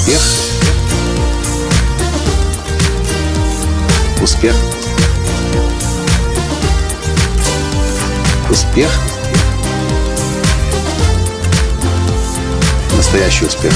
Успех. Успех. Успех. Настоящий успех.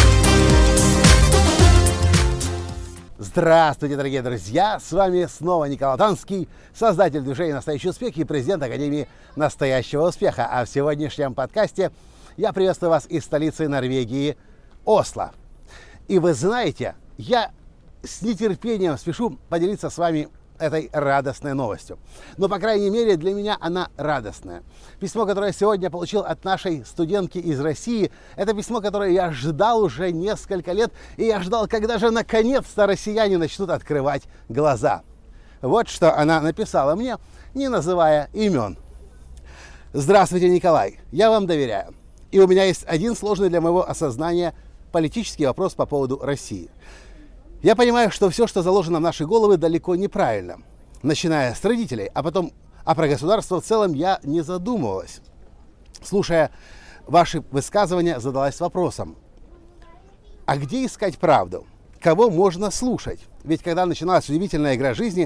Здравствуйте, дорогие друзья! С вами снова Николай Латанский, создатель движения «Настоящий успех» и президент Академии «Настоящего успеха». А в сегодняшнем подкасте я приветствую вас из столицы Норвегии, Осло. И вы знаете, я с нетерпением спешу поделиться с вами этой радостной новостью. Но, по крайней мере, для меня она радостная. Письмо, которое я сегодня получил от нашей студентки из России, это письмо, которое я ждал уже несколько лет, и я ждал, когда же наконец-то россияне начнут открывать глаза. Вот что она написала мне, не называя имен. Здравствуйте, Николай, я вам доверяю. И у меня есть один сложный для моего осознания политический вопрос по поводу России. Я понимаю, что все, что заложено в наши головы, далеко неправильно. Начиная с родителей, а про государство в целом я не задумывалась. Слушая ваши высказывания, задалась вопросом, а где искать правду? Кого можно слушать? Ведь когда начиналась удивительная игра жизни,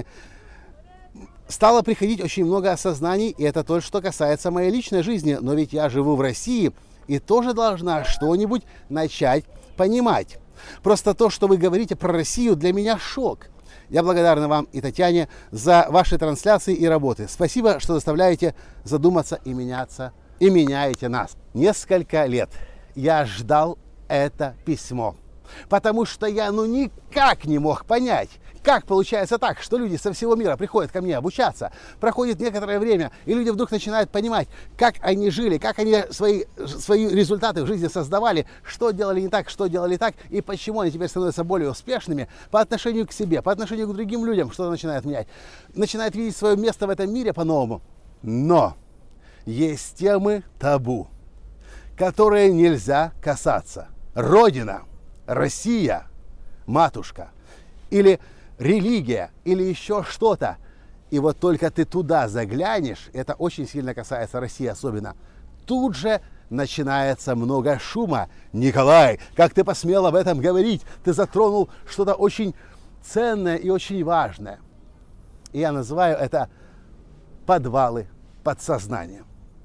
стало приходить очень много осознаний, и это то, что касается моей личной жизни. Но ведь я живу в России и тоже должна что-нибудь начать понимать. Просто то, что вы говорите про Россию, для меня шок. Я благодарна вам и Татьяне за ваши трансляции и работы. Спасибо, что заставляете задуматься и меняться, и меняете нас. Несколько лет я ждал это письмо, потому что я никак не мог понять, как получается так, что люди со всего мира приходят ко мне обучаться, проходит некоторое время, и люди вдруг начинают понимать, как они жили, как они свои результаты в жизни создавали, что делали не так, что делали так, и почему они теперь становятся более успешными по отношению к себе, по отношению к другим людям, что начинает менять. Начинает видеть свое место в этом мире по-новому. Но есть темы табу, которые нельзя касаться. Родина, Россия, матушка, или религия, или еще что-то. И вот только ты туда заглянешь, это очень сильно касается России особенно, тут же начинается много шума. Николай, как ты посмел об этом говорить? Ты затронул что-то очень ценное и очень важное. И я называю это подвалы подсознания.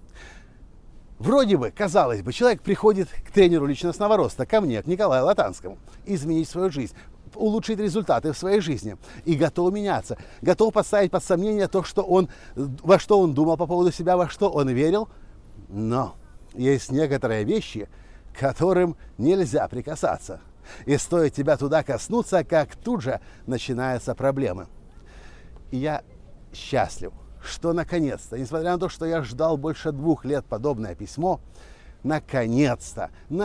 Вроде бы, казалось бы, человек приходит к тренеру личностного роста, ко мне, к Николаю Латанскому, изменить свою жизнь, улучшить результаты в своей жизни и готов меняться, готов поставить под сомнение то, во что он думал по поводу себя, во что он верил. Но есть некоторые вещи, к которым нельзя прикасаться. И стоит тебя туда коснуться, как тут же начинаются проблемы. И я счастлив, что наконец-то, несмотря на то, что я ждал больше 2 лет подобное письмо, наконец-то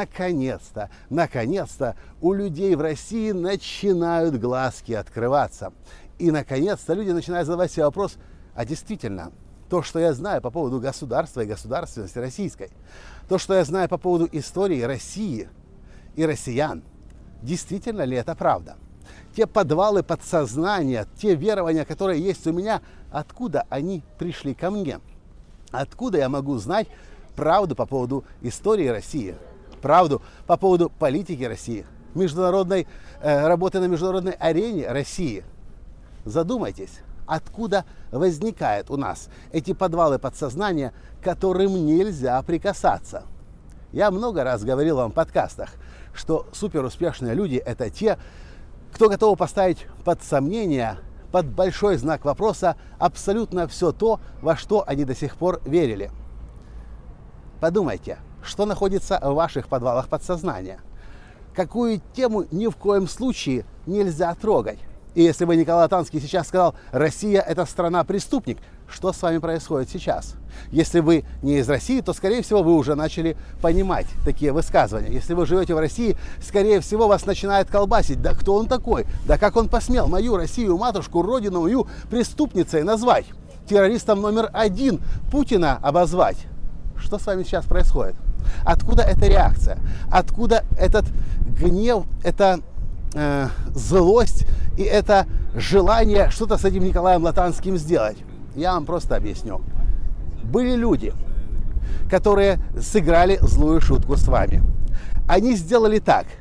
у людей в России начинают глазки открываться. И наконец-то люди начинают задавать себе вопрос, а действительно, то, что я знаю по поводу государства и государственности российской, то, что я знаю по поводу истории России и россиян, действительно ли это правда? Те подвалы подсознания, те верования, которые есть у меня, откуда они пришли ко мне? Откуда я могу знать правду по поводу истории России, правду по поводу политики России, международной работы на международной арене России? Задумайтесь, откуда возникают у нас эти подвалы подсознания, к которым нельзя прикасаться. Я много раз говорил вам в подкастах, что суперуспешные люди – это те, кто готов поставить под сомнение, под большой знак вопроса абсолютно все то, во что они до сих пор верили. Подумайте, что находится в ваших подвалах подсознания. Какую тему ни в коем случае нельзя трогать. И если бы Николай Латанский сейчас сказал, Россия – это страна-преступник, что с вами происходит сейчас? Если вы не из России, то, скорее всего, вы уже начали понимать такие высказывания. Если вы живете в России, скорее всего, вас начинает колбасить. Да кто он такой? Да как он посмел мою Россию, матушку, родину мою преступницей назвать? Террористом номер 1 Путина обозвать? Что с вами сейчас происходит? Откуда эта реакция? Откуда этот гнев, эта злость и это желание что-то с этим Николаем Латанским сделать? Я вам просто объясню. Были люди, которые сыграли злую шутку с вами. Они сделали так,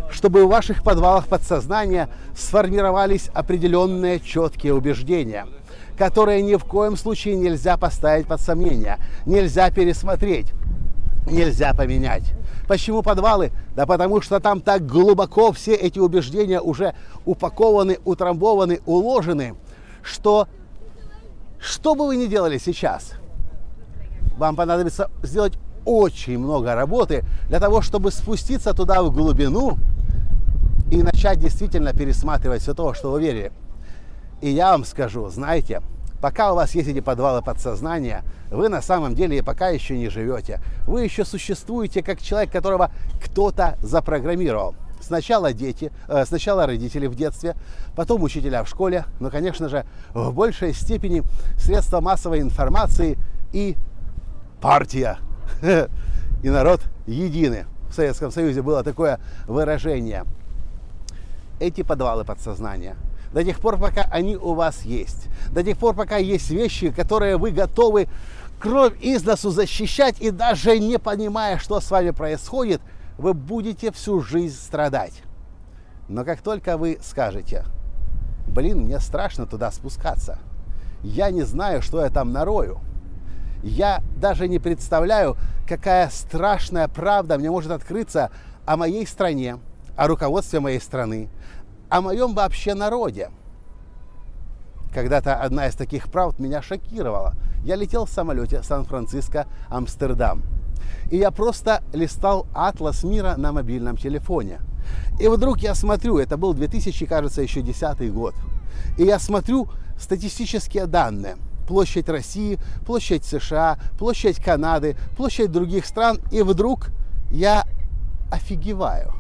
чтобы в ваших подвалах подсознания сформировались определенные четкие убеждения, которые ни в коем случае нельзя поставить под сомнение, нельзя пересмотреть, нельзя поменять. Почему подвалы? Да потому что там так глубоко все эти убеждения уже упакованы, утрамбованы, уложены, что бы вы ни делали сейчас, вам понадобится сделать очень много работы для того, чтобы спуститься туда в глубину и начать действительно пересматривать все то, что вы верили. И я вам скажу, знаете, пока у вас есть эти подвалы подсознания, вы на самом деле пока еще не живете. Вы еще существуете как человек, которого кто-то запрограммировал. Сначала родители в детстве, потом учителя в школе, но, конечно же, в большей степени средства массовой информации и партия. И народ едины. В Советском Союзе было такое выражение. Эти подвалы подсознания, до тех пор, пока они у вас есть, до тех пор, пока есть вещи, которые вы готовы кровь из носу защищать, и даже не понимая, что с вами происходит, вы будете всю жизнь страдать. Но как только вы скажете: блин, мне страшно туда спускаться, я не знаю, что я там нарою, я даже не представляю, какая страшная правда мне может открыться о моей стране, о руководстве моей страны, о моем вообще народе. Когда-то одна из таких правд меня шокировала. Я летел в самолете Сан-Франциско-Амстердам. И я просто листал атлас мира на мобильном телефоне. И вдруг я смотрю, это был 2010 год. И я смотрю статистические данные. Площадь России, площадь США, площадь Канады, площадь других стран. И вдруг я офигеваю.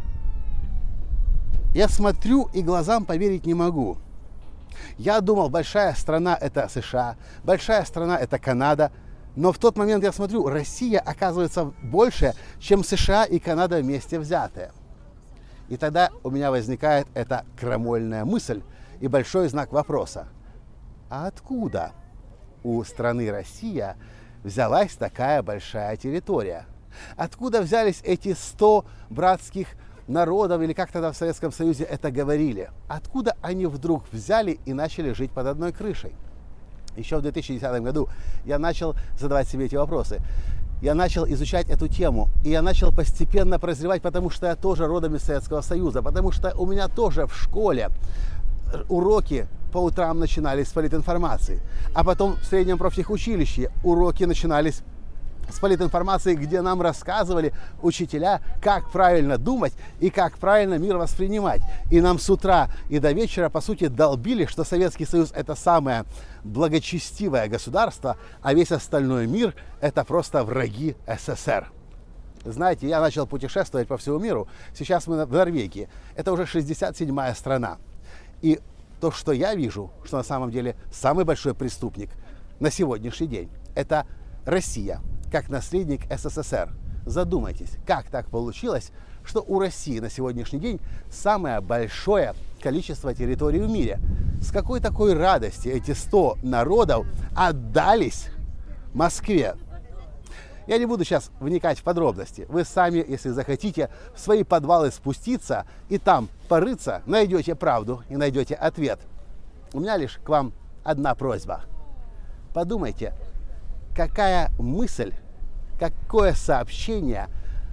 Я смотрю и глазам поверить не могу. Я думал, большая страна это США, большая страна это Канада. Но в тот момент я смотрю, Россия оказывается больше, чем США и Канада вместе взятые. И тогда у меня возникает эта крамольная мысль и большой знак вопроса. А откуда у страны Россия взялась такая большая территория? Откуда взялись эти 100 братских народов, или как тогда в Советском Союзе это говорили? Откуда они вдруг взяли и начали жить под одной крышей? Еще в 2010 году я начал задавать себе эти вопросы. Я начал изучать эту тему, и я начал постепенно прозревать, потому что я тоже родом из Советского Союза, потому что у меня тоже в школе уроки по утрам начинались с политинформации, а потом в среднем профтехучилище уроки начинались с политинформации, где нам рассказывали учителя, как правильно думать и как правильно мир воспринимать. И нам с утра и до вечера, по сути, долбили, что Советский Союз – это самое благочестивое государство, а весь остальной мир – это просто враги СССР. Знаете, я начал путешествовать по всему миру. Сейчас мы в Норвегии. Это уже 67-я страна. И то, что я вижу, что на самом деле самый большой преступник на сегодняшний день – это Россия, как наследник СССР. Задумайтесь, как так получилось, что у России на сегодняшний день самое большое количество территорий в мире. С какой такой радости эти 100 народов отдались Москве? Я не буду сейчас вникать в подробности. Вы сами, если захотите, в свои подвалы спуститься и там порыться, найдете правду и найдете ответ. У меня лишь к вам одна просьба. Подумайте, какая мысль, какое сообщение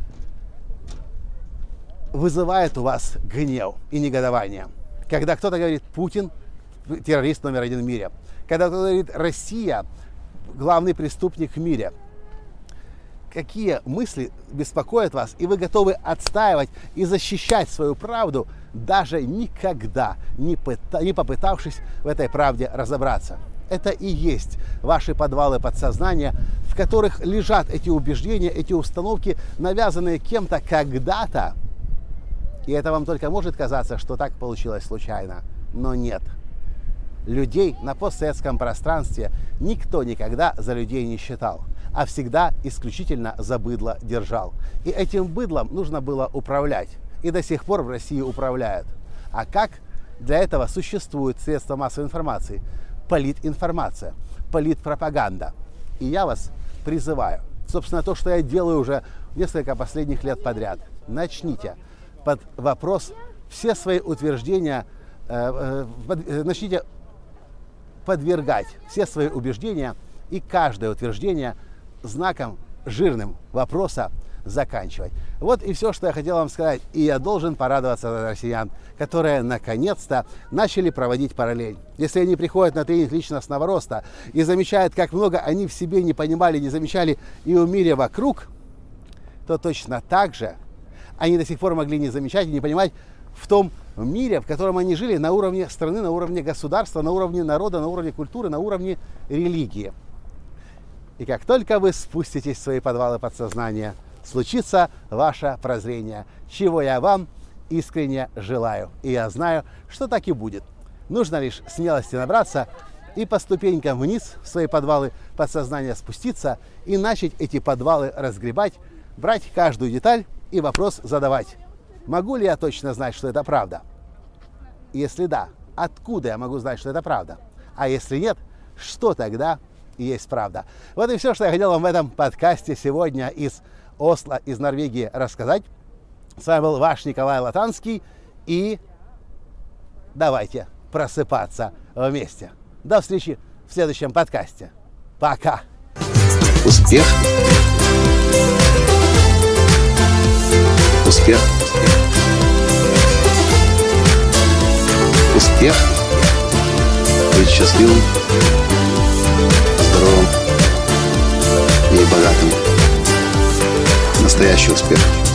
вызывает у вас гнев и негодование? Когда кто-то говорит: Путин террорист номер 1 в мире. Когда кто-то говорит: Россия главный преступник в мире. Какие мысли беспокоят вас, и вы готовы отстаивать и защищать свою правду, даже никогда не попытавшись в этой правде разобраться? Это и есть ваши подвалы подсознания, в которых лежат эти убеждения, эти установки, навязанные кем-то когда-то. И это вам только может казаться, что так получилось случайно. Но нет. Людей на постсоветском пространстве никто никогда за людей не считал, а всегда исключительно за быдло держал. И этим быдлом нужно было управлять. И до сих пор в России управляют. А как? Для этого существуют средства массовой информации. Политинформация, политпропаганда. И я вас призываю, собственно, то, что я делаю уже несколько последних лет подряд. Начните под вопрос все свои утверждения, начните подвергать все свои убеждения и каждое утверждение знаком жирным вопроса заканчивать. Вот и все, что я хотел вам сказать. И я должен порадоваться за россиян, которые наконец-то начали проводить параллель. Если они приходят на тренинг личностного роста и замечают, как много они в себе не понимали, не замечали и в мире вокруг, то точно так же они до сих пор могли не замечать и не понимать в том мире, в котором они жили, на уровне страны, на уровне государства, на уровне народа, на уровне культуры, на уровне религии. И как только вы спуститесь в свои подвалы подсознания, случится ваше прозрение, чего я вам искренне желаю. И я знаю, что так и будет. Нужно лишь смелости набраться и по ступенькам вниз в свои подвалы подсознания спуститься и начать эти подвалы разгребать, брать каждую деталь и вопрос задавать. Могу ли я точно знать, что это правда? Если да, откуда я могу знать, что это правда? А если нет, что тогда есть правда? Вот и все, что я хотел вам в этом подкасте сегодня из Осло, из Норвегии рассказать. С вами был ваш Николай Латанский. И давайте просыпаться вместе. До встречи в следующем подкасте. Пока. Успех. Успех. Успех. Быть счастливым, здоровым и богатым. Настоящий успех.